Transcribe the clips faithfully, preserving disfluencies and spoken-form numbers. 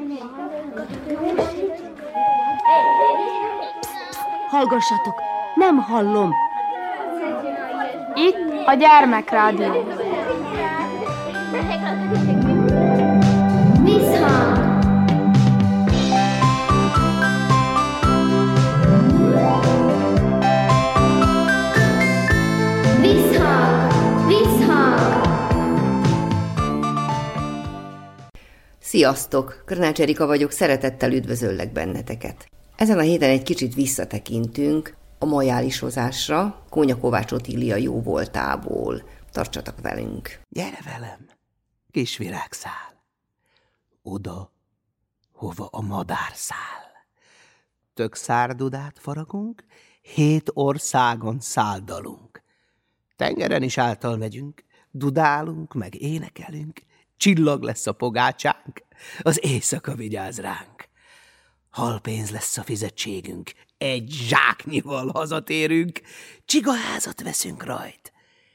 Hallgassatok, nem hallom. Itt a Gyermekrádió. Visszhang. Visszhang. Visszhang. Sziasztok! Krnács Erika vagyok, szeretettel üdvözöllek benneteket. Ezen a héten egy kicsit visszatekintünk a majálisozásra, Kónya Kovács Otília jó voltából. Tartsatok velünk! Gyere velem, kis virágszál, oda, hova a madár száll. Tök szárdudát faragunk, hét országon száldalunk. Tengeren is által megyünk, dudálunk, meg énekelünk, csillag lesz a pogácsánk, az éjszaka vigyáz ránk. Halpénz lesz a fizetségünk, egy zsáknyival hazatérünk, csigaházat veszünk rajt,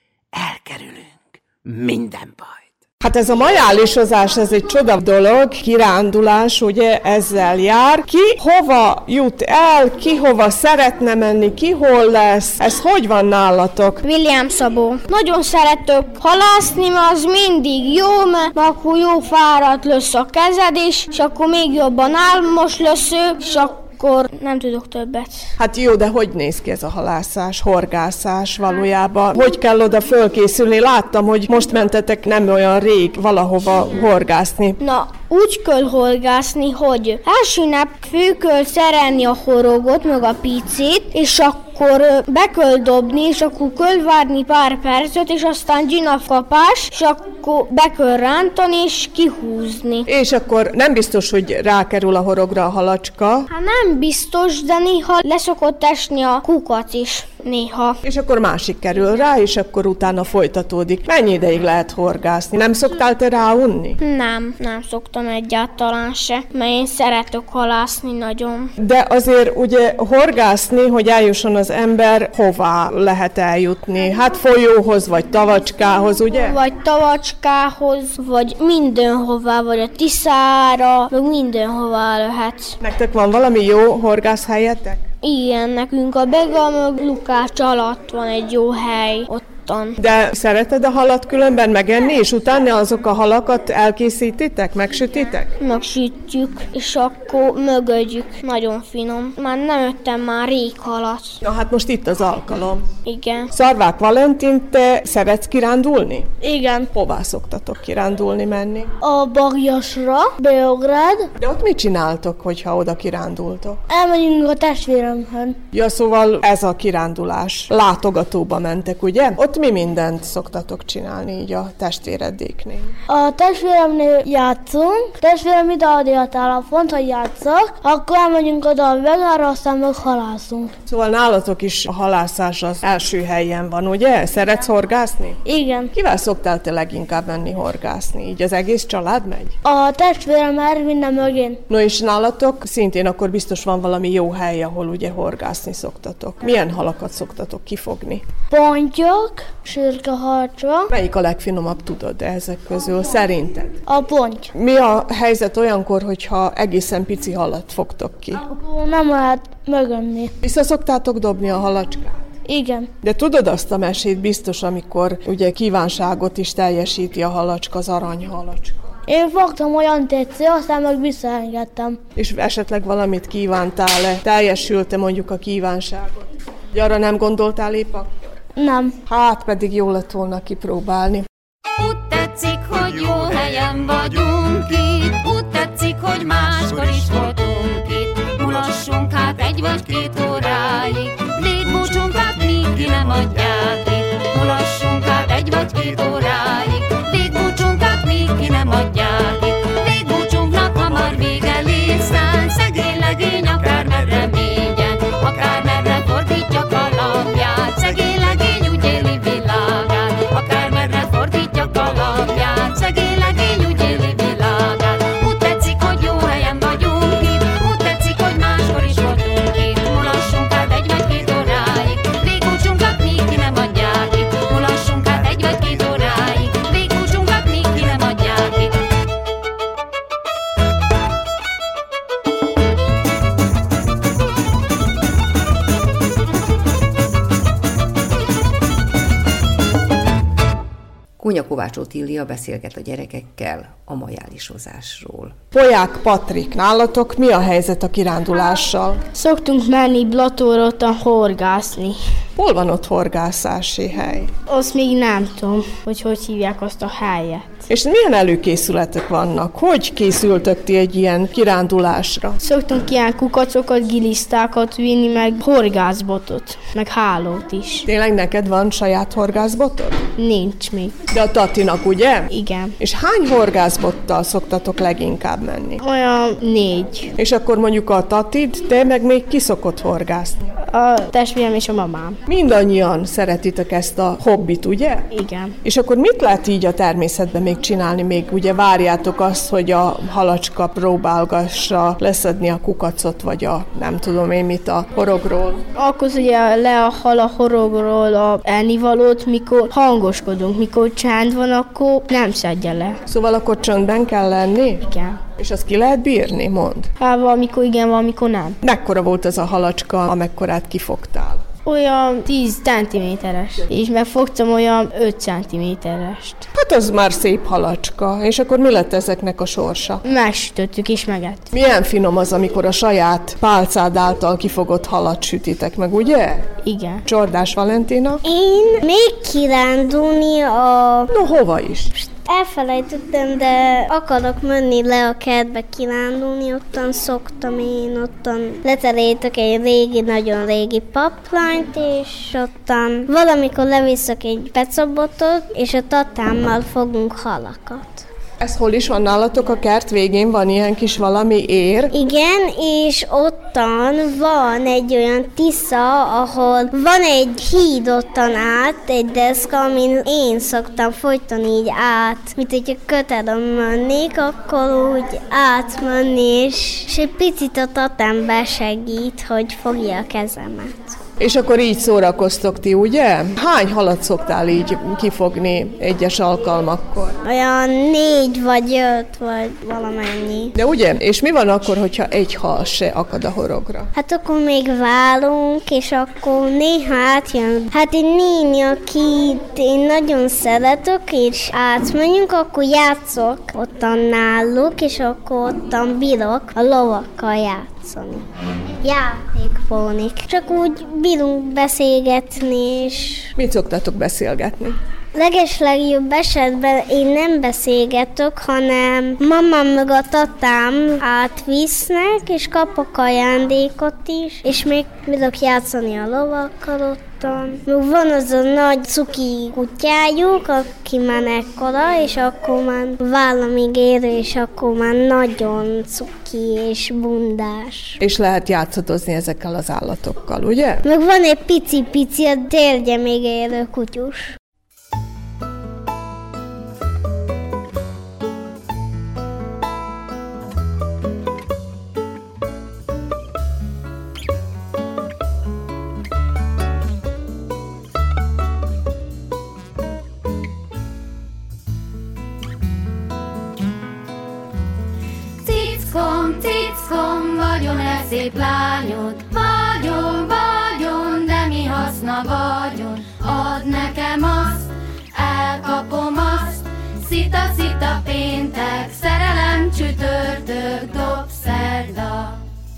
elkerülünk minden bajt. Hát ez a majálisozás, ez egy csoda dolog, kirándulás, ugye ezzel jár. Ki hova jut el, ki hova szeretne menni, ki hol lesz, ez hogy van nálatok? William Szabó. Nagyon szeretök halászni, mert az mindig jó, mert akkor jó fáradt lesz a kezed is, és akkor még jobban álmos lesz ő, és akkor akkor nem tudok többet. Hát jó, de hogy néz ki ez a halászás, horgászás valójában? Hogy kell oda fölkészülni? Láttam, hogy most mentetek nem olyan rég valahova horgászni. Na, úgy kell horgászni, hogy első nap fő kell szerelni a horogot, meg a picit, és akkor be kell dobni, és akkor kell várni pár percet, és aztán gyinafkapás, és akkor be kell rántani, és kihúzni. És akkor nem biztos, hogy rákerül a horogra a halacska. Hát nem biztos, de néha leszokott esni a kukac is. Néha. És akkor másik kerül rá, és akkor utána folytatódik. Mennyi ideig lehet horgászni? Nem szoktál te ráunni? Nem, nem szoktam egyáltalán se, mert én szeretök halászni nagyon. De azért ugye horgászni, hogy eljusson az ember, hová lehet eljutni? Hát folyóhoz, vagy tavacskához, ugye? Vagy tavacskához, vagy mindenhová, vagy a Tiszára, meg mindenhová lehet. Nektek van valami jó horgászhelyetek? Igen, nekünk a Bega meg Lukács alatt van egy jó hely ottan. De szereted a halat különben megenni, és utána azok a halakat elkészítitek, megsütitek? Megsütjük, és akkor mögödjük. Nagyon finom. Már nem ettem már rég halat. Na hát most itt az alkalom. Igen. Szarvák Valentin, te szeretsz kirándulni? Igen. Hová szoktatok kirándulni menni? A Bagyasra, Beográd. De ott mit csináltok, hogyha oda kirándultok? Elmegyünk a testvéremhez. Ja, szóval ez a kirándulás. Látogatóba mentek, ugye? Ott mi mindent szoktatok csinálni így a testvéredéknél? A testvéremnél játszunk, testvérem ideadja a telefont, hogy játszak, akkor elmegyünk oda a Vegára, aztán meg halászunk. Szóval nálatok is a halászás az első helyen van, ugye? Szeretsz horgászni? Igen. Kivel szoktál te leginkább menni horgászni? Így az egész család megy? A testvérem Ervin mögén. No és nálatok szintén akkor biztos van valami jó hely, ahol ugye horgászni szoktatok. Milyen halakat szoktatok kifogni? Pontyok, sürgeharcsa. Melyik a legfinomabb, tudod ezek közül szerinted? A ponty. Mi a helyzet olyankor, hogyha egészen pici halat fogtok ki? Akkor nem lehet megönni. Vissza szoktátok dobni a halacskát? Igen. De tudod azt a mesét biztos, amikor ugye kívánságot is teljesíti a halacska, az aranyhalacska? Én fogtam olyan tetsző, aztán meg visszaengedtem. És esetleg valamit kívántál-e? Teljesült-e mondjuk a kívánságot? Arra nem gondoltál épp akkor? Nem. Hát pedig jó lett volna kipróbálni. Úgy tetszik, hogy jó helyen vagyunk itt, úgy tetszik, hogy máskor is voltunk itt. Mulassunk hát egy vagy két óráig, végbúcsunkat míg ki nem adják itt. Mulassunk hát egy vagy két óráig, végbúcsunkat míg ki nem adják itt. Végbúcsunknak hamar vége lésztán, szegény legény akármerre mégyen, akármerre fordítja kalapját, szegény legény úgy éli világát, akármerre fordítja kalapját, szegény legény úgy éli világát. Úgy tetszik, hogy jó helyen vagyunk itt, úgy tetszik, hogy máskor is voltunk itt. Mulassunk át egy vagy két óráig, végbúcsunkat míg ki nem adják itt. Mulassunk át egy vagy két óráig, végbúcsunkat míg ki nem adják itt. Kónya Kovács Otília beszélget a gyerekekkel a majálisozásról. Polyák Patrik, nálatok mi a helyzet a kirándulással? Szoktunk menni Blatóroton horgászni. Hol van ott horgászási hely? Azt még nem tudom, hogy hogy hívják azt a helyet. És milyen előkészületek vannak? Hogy készültök ti egy ilyen kirándulásra? Szoktunk ilyen kukacokat, gilisztákat vinni, meg horgászbotot, meg hálót is. Tényleg neked van saját horgászbotod? Nincs még. De a Tatinak, ugye? Igen. És hány horgászbottal szoktatok leginkább menni? Olyan négy. És akkor mondjuk a Tatid, te meg még ki szokott horgászni? A testvérem és a mamám. Mindannyian szeretitek ezt a hobbit, ugye? Igen. És akkor mit lehet így a természetben még csinálni? Még ugye várjátok azt, hogy a halacska próbálgassa leszedni a kukacot, vagy a nem tudom én mit a horogról. Akkor ugye le a hal a horogról a ennivalót, mikor hangoskodunk, mikor csend van, akkor nem szedje le. Szóval akkor csöndben kell lenni? Igen. És azt ki lehet bírni, mond? Hát valamikor igen, valamikor nem. Mekkora volt az a halacska, amekkorát kifogtál? Olyan tíz centiméteres, és megfogtam olyan öt centiméterest. Hát az már szép halacska, és akkor mi lett ezeknek a sorsa? Megsütöttük és megettük. Milyen finom az, amikor a saját pálcád által kifogott halat sütitek meg, ugye? Igen. Csordás Valentina? Én még kirándulni a... No, hova is? Elfelejtettem, de akarok menni le a kertbe kirándulni, ottan szoktam én, ottan leterítek egy régi, nagyon régi paplányt, és ottan valamikor leviszek egy pecabotot, és a tatámmal fogunk halakat. Ez hol is van nálatok a kert végén? Van ilyen kis valami ér? Igen, és ottan van egy olyan tisza, ahol van egy híd ottan át, egy deszka, amin én szoktam folyton így át. Mint hogyha kötelem mennék, akkor úgy átmenni, és, és egy picit a tatám besegít, hogy fogja a kezemet. És akkor így szórakoztok ti, ugye? Hány halat szoktál így kifogni egyes alkalmakkor? Olyan négy vagy öt, vagy valamennyi. De ugye? És mi van akkor, hogyha egy hal se akad a horogra? Hát akkor még válunk, és akkor néha átjön. Hát egy néni, akit én nagyon szeretök, és átmenjünk, akkor játszok ottan náluk, és akkor ottan bírok a lovakkal játszani. Játékfónik. Csak úgy bírunk beszélgetni, és... Mit szoktatok beszélgetni? Legeslegjobb esetben én nem beszélgetek, hanem mamám meg a tatám átvisznek, és kapok ajándékot is, és még bírok játszani a lovakkal ottan. Még van az a nagy cuki kutyájuk, aki már ekkora, és akkor már vállamig érő, és akkor már nagyon cuki és bundás. És lehet játszadozni ezekkel az állatokkal, ugye? Meg van egy pici-pici, a térgye még érő kutyus. Cickom, cickom, vagyon-e szép lányod? Vagyon, vagyon, de mi haszna vagyon? Add nekem azt, elkapom azt. Szita, szita, péntek, szerelem, csütörtök, dob, szerda.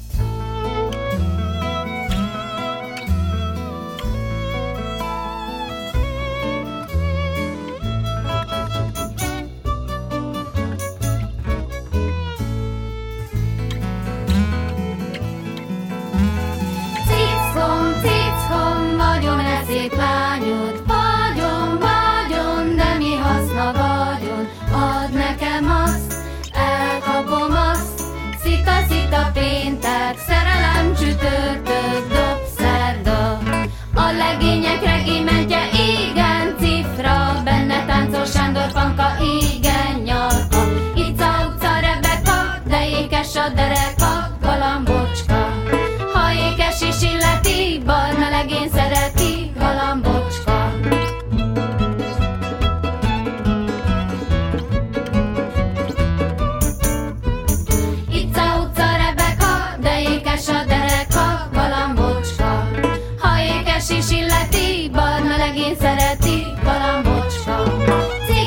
Szép lányod, vagyon, vagyon, de mi haszna vagyon? Add nekem azt, elkapom azt. Szita, szita, péntek, szerelem, csütörtök, dob, szerda. A legények regémentje, igen, cifra, benne táncol Sándor Panka, igen, nyalka. Ica, uca, Rebeka, de ékes a dereka, galambocska. Ha ékes is illeti, barna legény szereti, galambocska. Ica, uca, Rebeka, de ékes a dereka, galambocska. Ha ékes is illeti, barna legény szereti, galambocska.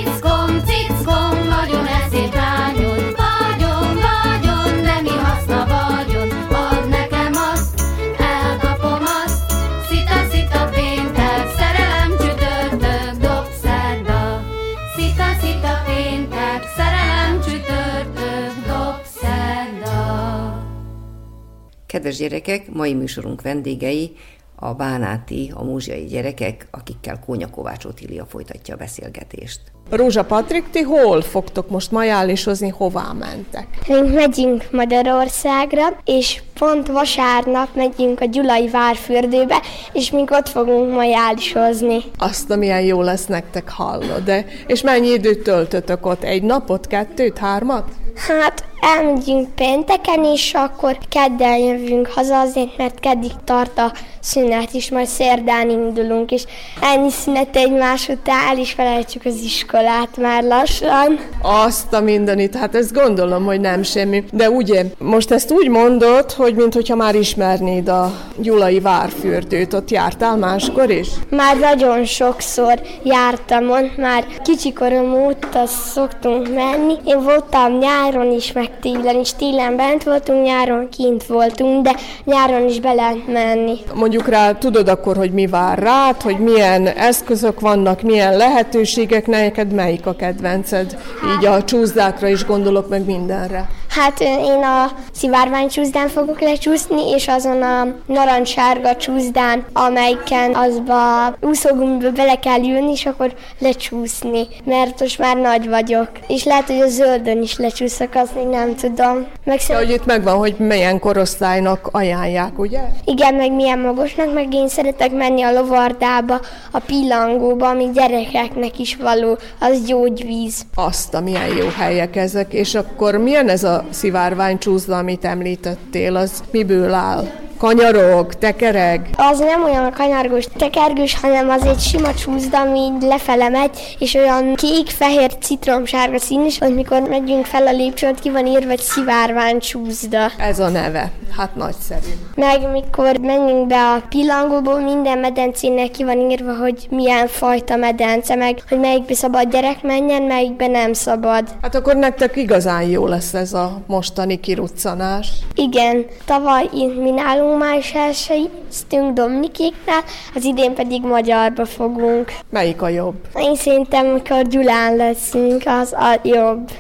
Kedves gyerekek, mai műsorunk vendégei a bánáti, a múzsiai gyerekek, akikkel Kónya Kovács Otília folytatja a beszélgetést. Rózsa Patrik, ti hol fogtok most majálisozni, hová mentek? Mi megyünk Magyarországra, és pont vasárnap megyünk a Gyulai Várfürdőbe, és mink ott fogunk majálisozni. Azt, amilyen jó lesz nektek, hallod, de és mennyi időt töltötök ott? Egy napot, kettőt, hármat? Hát elmegyünk pénteken, és akkor kedden jövünk haza azért, mert keddig tart a szünet, és majd szerdán indulunk, és ennyi szünet egymás után el is felejtjük az iskolát már lassan. Azt a mindenit, hát ezt gondolom, hogy nem semmi. De ugye, most ezt úgy mondod, hogy minthogyha már ismernéd a Gyulai Várfürdőt, ott jártál máskor is? Már nagyon sokszor jártam ott, már kicsikorom óta szoktunk menni. Én voltam nyáron is, meg télen is. Télen bent voltunk, nyáron kint voltunk, de nyáron is be lehet menni. Mondjuk rá, tudod akkor, hogy mi vár rád, hogy milyen eszközök vannak, milyen lehetőségek, neked melyik a kedvenced? Így a csúszdákra is gondolok, meg mindenre. Hát én a szivárványcsúszdán fogok lecsúszni, és azon a narancssárga csúszdán, amelyiken azba úszógumiba bele kell ülni, és akkor lecsúszni, mert most már nagy vagyok. És lehet, hogy a zöldön is lecsúszok, azt még nem tudom. Meg ja, hogy itt megvan, hogy milyen korosztálynak ajánlják, ugye? Igen, meg milyen magasnak, meg én szeretek menni a lovardába, a pillangóba, ami gyerekeknek is való, az gyógyvíz. Azt, a milyen jó helyek ezek, és akkor milyen ez a szivárványcsúszda, amit említettél, az miből áll? Kanyarog, tekereg? Az nem olyan kanyargós, tekergős, hanem az egy sima csúszda, ami lefele megy, és olyan kék, fehér, citromsárga szín is, hogy mikor megyünk fel a lépcsőn, ki van írva, hogy szivárványcsúszda. Ez a neve. Hát nagyszerű. Meg mikor menjünk be a pillangóból, minden medencének ki van írva, hogy milyen fajta medence, meg hogy melyikbe szabad gyerek menjen, melyikbe nem szabad. Hát akkor nektek igazán jó lesz ez a mostani kiruccanás. Igen, tavaly mi nálunk május elsejéztünk Dominikéknál, az idén pedig Magyarba fogunk. Melyik a jobb? Én szerintem, amikor Gyulán leszünk, az a jobb.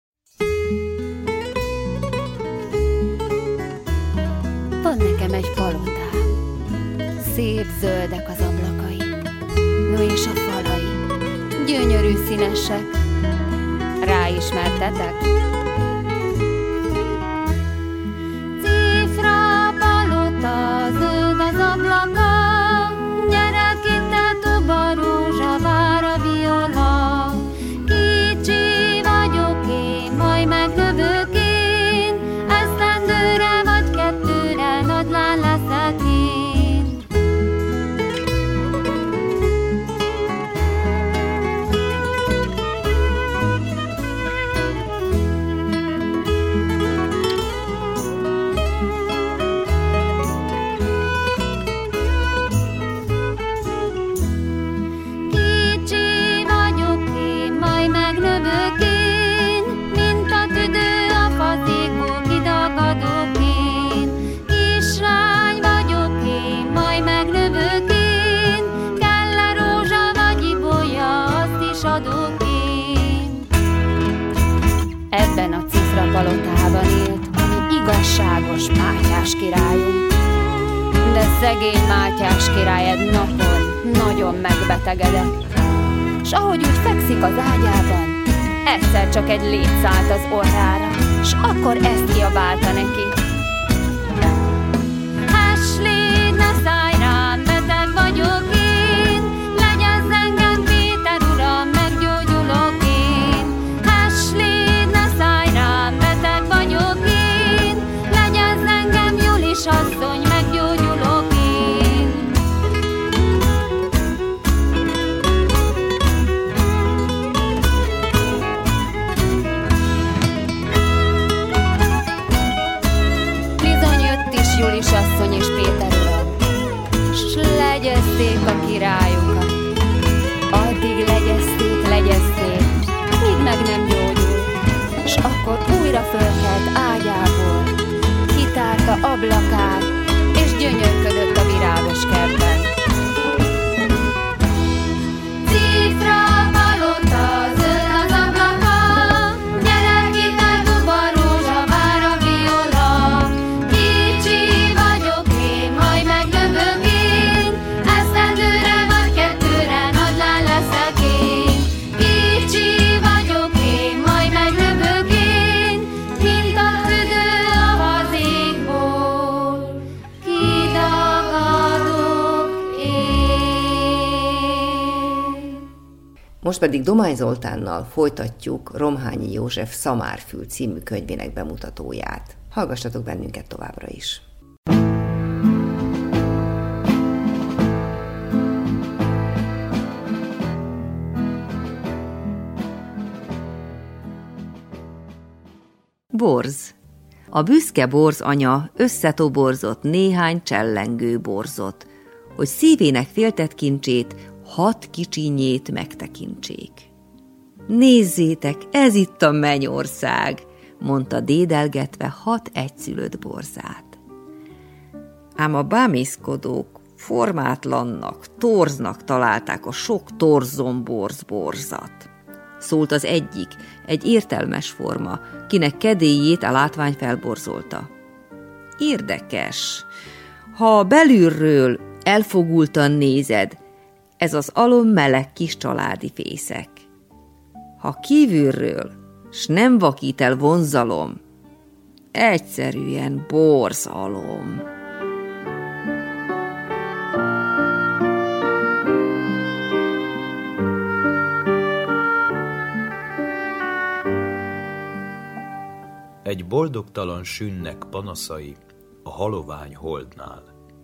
Van nekem egy palotám, szép zöldek az ablakai, no és a falai, gyönyörű színesek, ráismertetek? Cifra palota, zöld az ablaka, gyere ki te tuba rózsa, vár a viola, kicsi vagyok én, majd megnövök én, esztendőre vagy kettőre nagy lány leszek én. Kicsi vagyok én, majd megnövök én, mint a tüdő a fazékból kidagadok én. Kislány vagyok én, majd megnövök én, kell-e rózsa vagy ibolya, azt is adok én. Ebben a cifra palotában élt, ami igazságos Mátyás királyunk. De szegény Mátyás király egy napon nagyon megbetegedett, s ahogy úgy fekszik az ágyában, egyszer csak egy léc szállt az orrára, s akkor ezt kiabálta neki. Ashley, ne szállj rám, beteg vagyok én, legyezz engem Péter uram, meggyógyulok én. Ashley, ne szállj rám, beteg vagyok én, legyezz engem Julis asszony, meggyógyulok én. Bizony jött is Julis asszony és Péter uram, s legyezték a királyokat. Addig legyezték, legyezték, míg meg nem gyógyult, s akkor újra fölkelt ágyából, kitárta ablakát, és gyönyörködött a virágos kertben. Cifra palota, zöld az ablaka, gyere ki te tuba rózsa, vár a viola, kicsi Most pedig Domány Zoltánnal folytatjuk Romhányi József Szamárfül című könyvének bemutatóját. Hallgassatok bennünket továbbra is! Borz. A büszke borz anya összetoborzott néhány csellengő borzot, hogy szívének féltett kincsét, hat kicsinyét megtekintsék. Nézzétek, ez itt a mennyország, mondta dédelgetve hat egyszülött borzát. Ám a bámészkodók formátlannak, torznak találták a sok torzomborz borzat. Szólt az egyik, egy értelmes forma, kinek kedélyét a látvány felborzolta. Érdekes, ha belülről elfogultan nézed, ez az alom meleg kis családi fészek. Ha kívülről, s nem vakít el vonzalom, egyszerűen borzalom. Egy boldogtalan sünnek panaszai a halovány holdnál.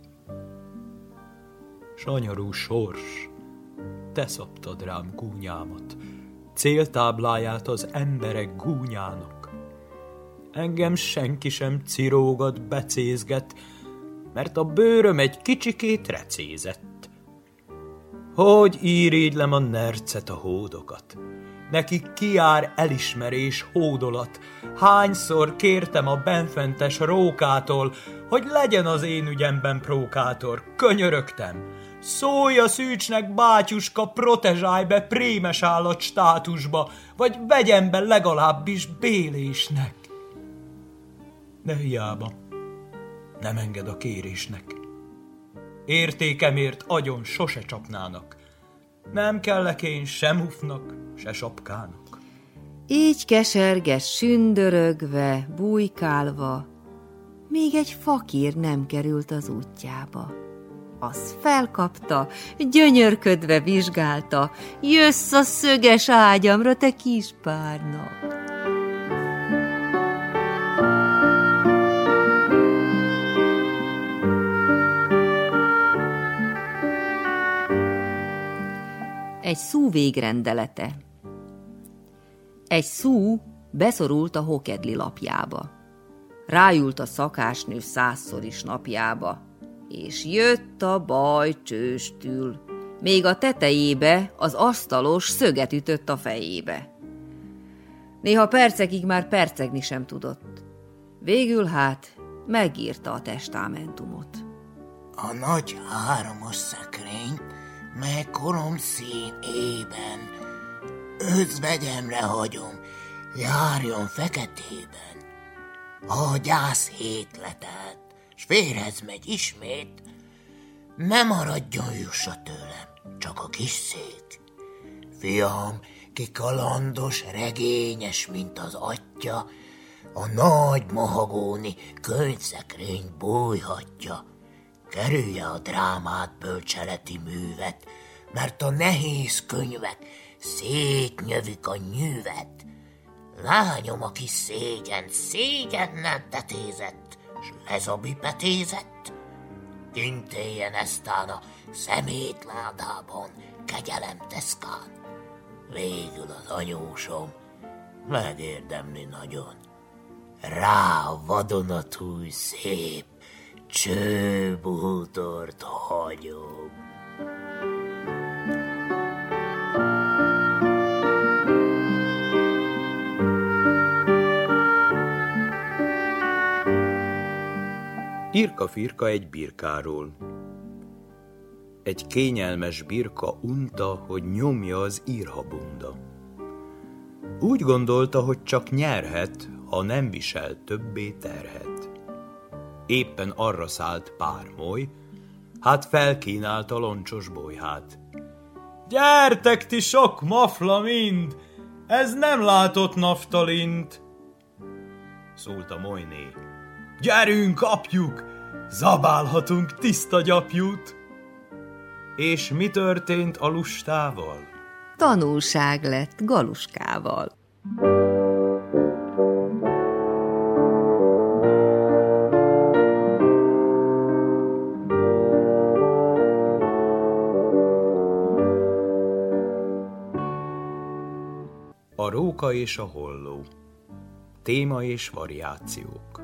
Sanyarú sors, te szabtad rám gúnyámat, céltábláját az emberek gúnyának. Engem senki sem cirógat, becézget, mert a bőröm egy kicsikét recézett. Hogy írigylem a nercet, a hódokat, nekik kiár elismerés, hódolat. Hányszor kértem a benfentes rókától, hogy legyen az én ügyemben prókátor. Könyörögtem, szólj a szűcsnek, bátyuska, protezsálj be prémes állat státusba, vagy vegyen be legalábbis bélésnek. De hiába, nem enged a kérésnek. Értékemért agyon sose csapnának. Nem kellek én se mufnak, se sapkának. Így keserges, sündörögve, bujkálva, még egy fakír nem került az útjába. Az felkapta, gyönyörködve vizsgálta, jössz a szöges ágyamra, te kis párna. Egy szú végrendelete. Egy szú beszorult a hokedli lapjába. Ráült a szakásnő százszor is napjába, és jött a baj csőstül. Még a tetejébe az asztalos szöget ütött a fejébe. Néha percekig már percegni sem tudott. Végül hát megírta a testámentumot. A nagy háromos szekrényt, mely korom színében, özvegyemre hagyom, járjon feketében. A gyász hét letelt, s férhez megy ismét, ne maradjon jussa tőlem, csak a kis szék. Fiam, ki kalandos, regényes, mint az atya, a nagy mahagóni könyvszekrény bújhatja. Kerülje a drámát, bölcseleti művet, mert a nehéz könyvek szétnyövik a nyűvet. Lányom, aki szégyen, szégyennel tetézett, s lezabipetézett, kint éljen eztán a szemétládában, kegyelem deszkán. Végül az anyósom megérdemli nagyon, rá a vadonatúj szép csőbútort hagyom. Irka-firka egy birkáról. Egy kényelmes birka unta, hogy nyomja az írhabunda. Úgy gondolta, hogy csak nyerhet, ha nem visel többé terhet. Éppen arra szállt pár moly, hát felkínálta loncsos bolyhát. Gyertek ti sok mafla mind, ez nem látott naftalint! Szólt a molyné. Gyerünk, kapjuk, zabálhatunk tiszta gyapjút! És mi történt a lustával? tanulság lett Galuskával. A róka és a holló. Téma és variációk.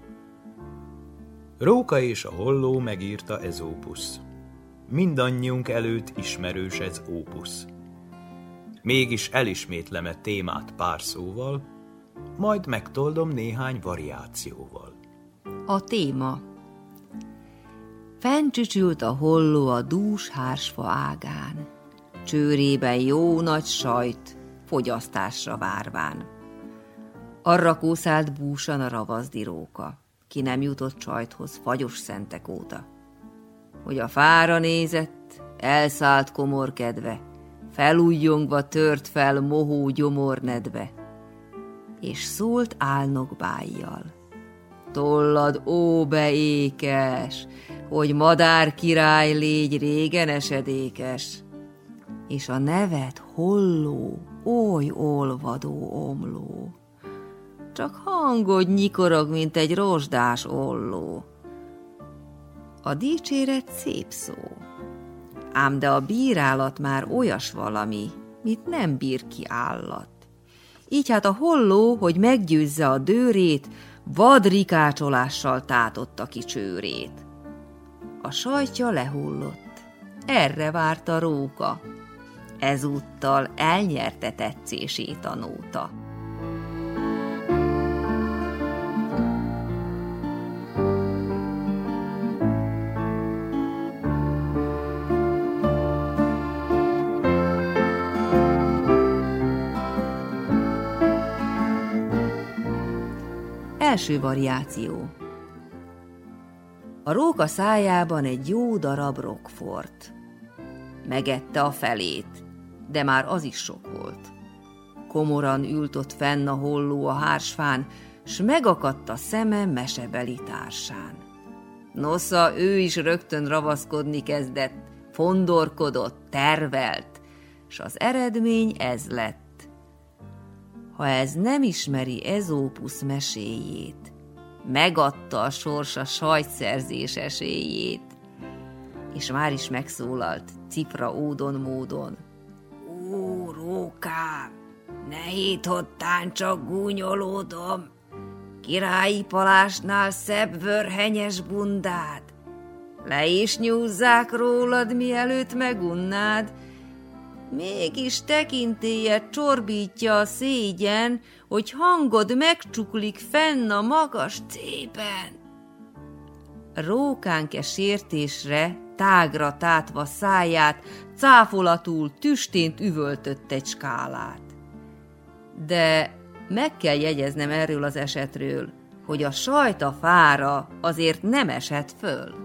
Róka és a holló megírta Ezópusz. Mindannyiunk előtt ismerős ez ópusz. Mégis elismétlem e témát pár szóval, majd megtoldom néhány variációval. A téma. Fenncsücsült a holló a dús hársfa ágán, csőrében jó nagy sajt, fogyasztásra várván. Arra kószált búsan a ravaszdi róka, ki nem jutott sajthoz fagyos szentek óta. Hogy a fára nézett, elszállt komor kedve, felújjongva tört fel mohó gyomornedve, és szólt álnokbájjal. Tollad, ó beékes, hogy madár király légy régen esedékes, és a nevet holló, oly olvadó omló, csak hangod nyikorog, mint egy rozsdás olló. A dicséret szép szó, ám de a bírálat már olyas valami, mit nem bír ki állat. Így hát a holló, hogy meggyőzze a dőrét, vad rikácsolással tátotta ki csőrét. A sajtja lehullott, erre várt a róka, ezúttal elnyerte tetszését a nóta. Első variáció. A róka szájában egy jó darab rockfort. Megette a felét, de már az is sok volt. Komoran ült ott fenn a holló a hársfán, s megakadt a szeme mesebeli társán. Nosza, ő is rögtön ravaszkodni kezdett, fondorkodott, tervelt, s az eredmény ez lett. Ha ez nem ismeri Ezópusz meséjét, megadta a sors a sajtszerzés esélyét, és már is megszólalt cifra ódon módon. Ó, rókám, ne hidd, hottán csak gúnyolódom, királyi palásnál szebb vörhenyes bundád, le is nyúzzák rólad, mielőtt megunnád, mégis tekintélyed csorbítja a szégyen, hogy hangod megcsuklik fenn a magas cében. Rókánke sértésre, tágra tátva száját, cáfolatul tüstént üvöltött egy skálát. De meg kell jegyeznem erről az esetről, hogy a sajt a fára azért nem esett föl.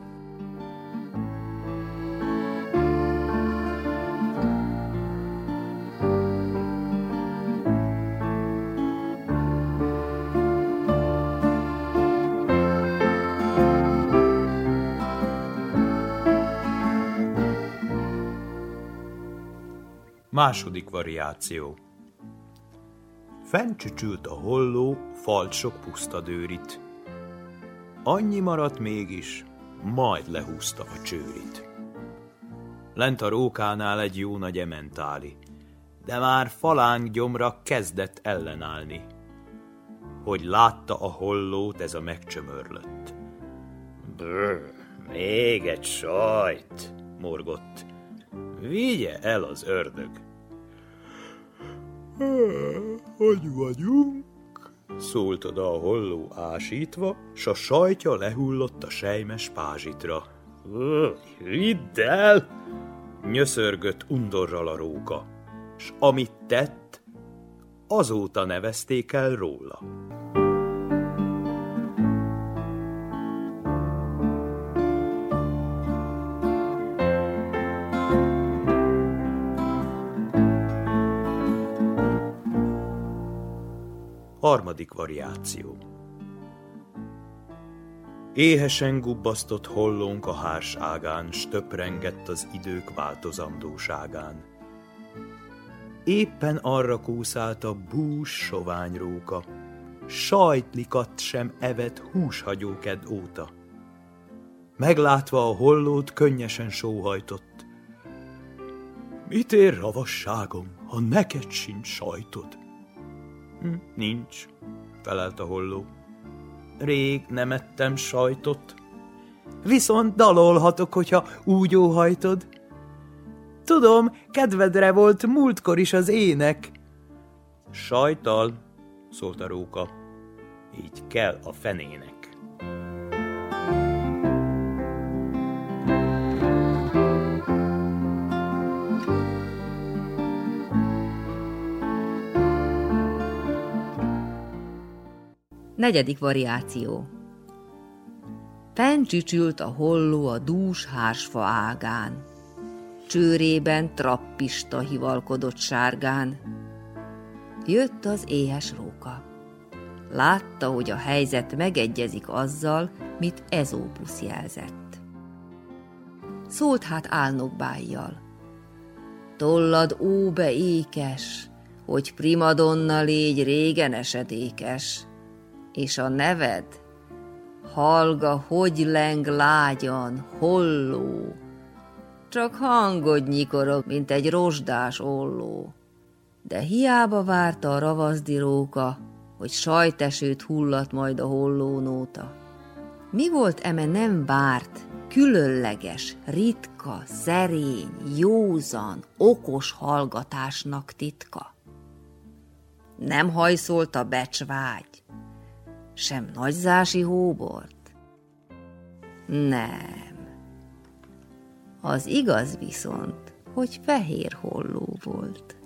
Második variáció. Fenncsücsült a holló, falt sok puszta dőrit. Annyi maradt mégis, majd lehúzta a csőrit. Lent a rókánál egy jó nagy ementáli, de már falánk gyomra kezdett ellenállni. Hogy látta a hollót, ez a megcsömörlött. Brr, még egy sajt, morgott. Vigye el az ördög. Hogy vagyunk? Szólt oda a holló ásítva, s a sajtja lehullott a sejmes pázsitra. Hidd el! Nyöszörgött undorral a róka, s amit tett, azóta nevezték el róla. Harmadik variáció. Éhesen gubbasztott hollónk a hárs ágán, s töprengett az idők változandóságán. Éppen arra kúszált a bús sovány róka, sajtlikat sem evett húshagyóked óta. Meglátva a hollót, könnyesen sóhajtott. Mit ér ravasságom, ha neked sincs sajtod? Hm, nincs, felelt a holló. Rég nem ettem sajtot, viszont dalolhatok, hogyha úgy óhajtod. Tudom, kedvedre volt múltkor is az ének. Sajttal, szólt a róka, így kell a fenének. Negyedik variáció. Fenncsücsült a holló a dús hársfa ágán. Csőrében trappista hivalkodott sárgán. Jött az éhes róka. Látta, hogy a helyzet megegyezik azzal, mit Ezópusz jelzett. Szólt hát álnokbájjal. Tollad óbe ékes, hogy primadonna légy régen esedékes, és a neved, hallga, hogy leng lágyan, holló, csak hangod nyikorog, mint egy rozsdás olló. De hiába várta a ravaszdi róka, hogy sajtesőt hullat majd a hollónóta. Mi volt eme nem várt, különleges, ritka, szerény, józan, okos hallgatásnak titka? Nem hajszolt a becsvágy, sem nagyzási hóbort? Nem. Az igaz viszont, hogy fehér holló volt.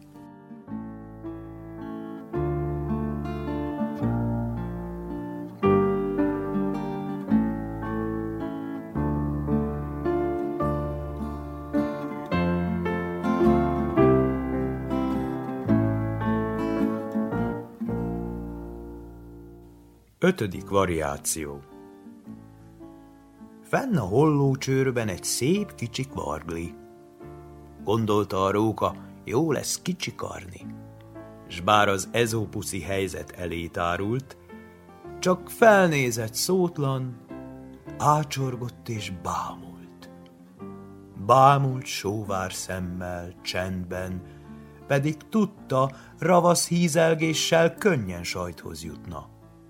Ötödik variáció. Fenn a hollócsőrben egy szép kicsi kvargli. Gondolta a róka, jó lesz kicsikarni, s bár az ezópuszi helyzet elé tárult, csak felnézett szótlan, ácsorgott és bámult. Bámult sóvár szemmel, csendben, pedig tudta, ravasz hízelgéssel könnyen sajthoz jutna.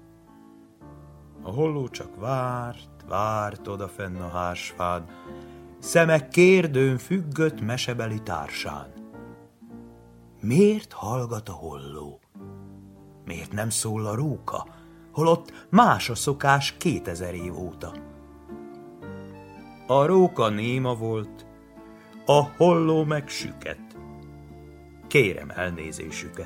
A holló csak várt, várt odafenn a hársfán, szeme kérdőn függött mesebeli társán. Miért hallgat a holló? Miért nem szól a róka, holott más a szokás kétezer év óta? A róka néma volt, a holló meg süket. Kérem elnézésüket.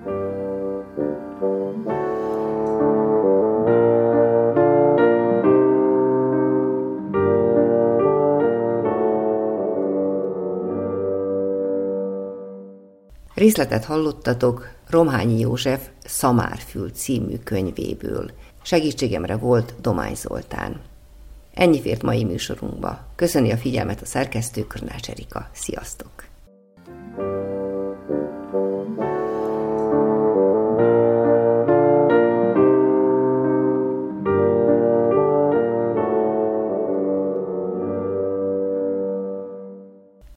Részletet hallottatok Romhányi József Szamárfül című könyvéből. Segítségemre volt Domány Zoltán. Ennyi fért mai műsorunkba. Köszöni a figyelmet a szerkesztő, Körnács Erika. Sziasztok!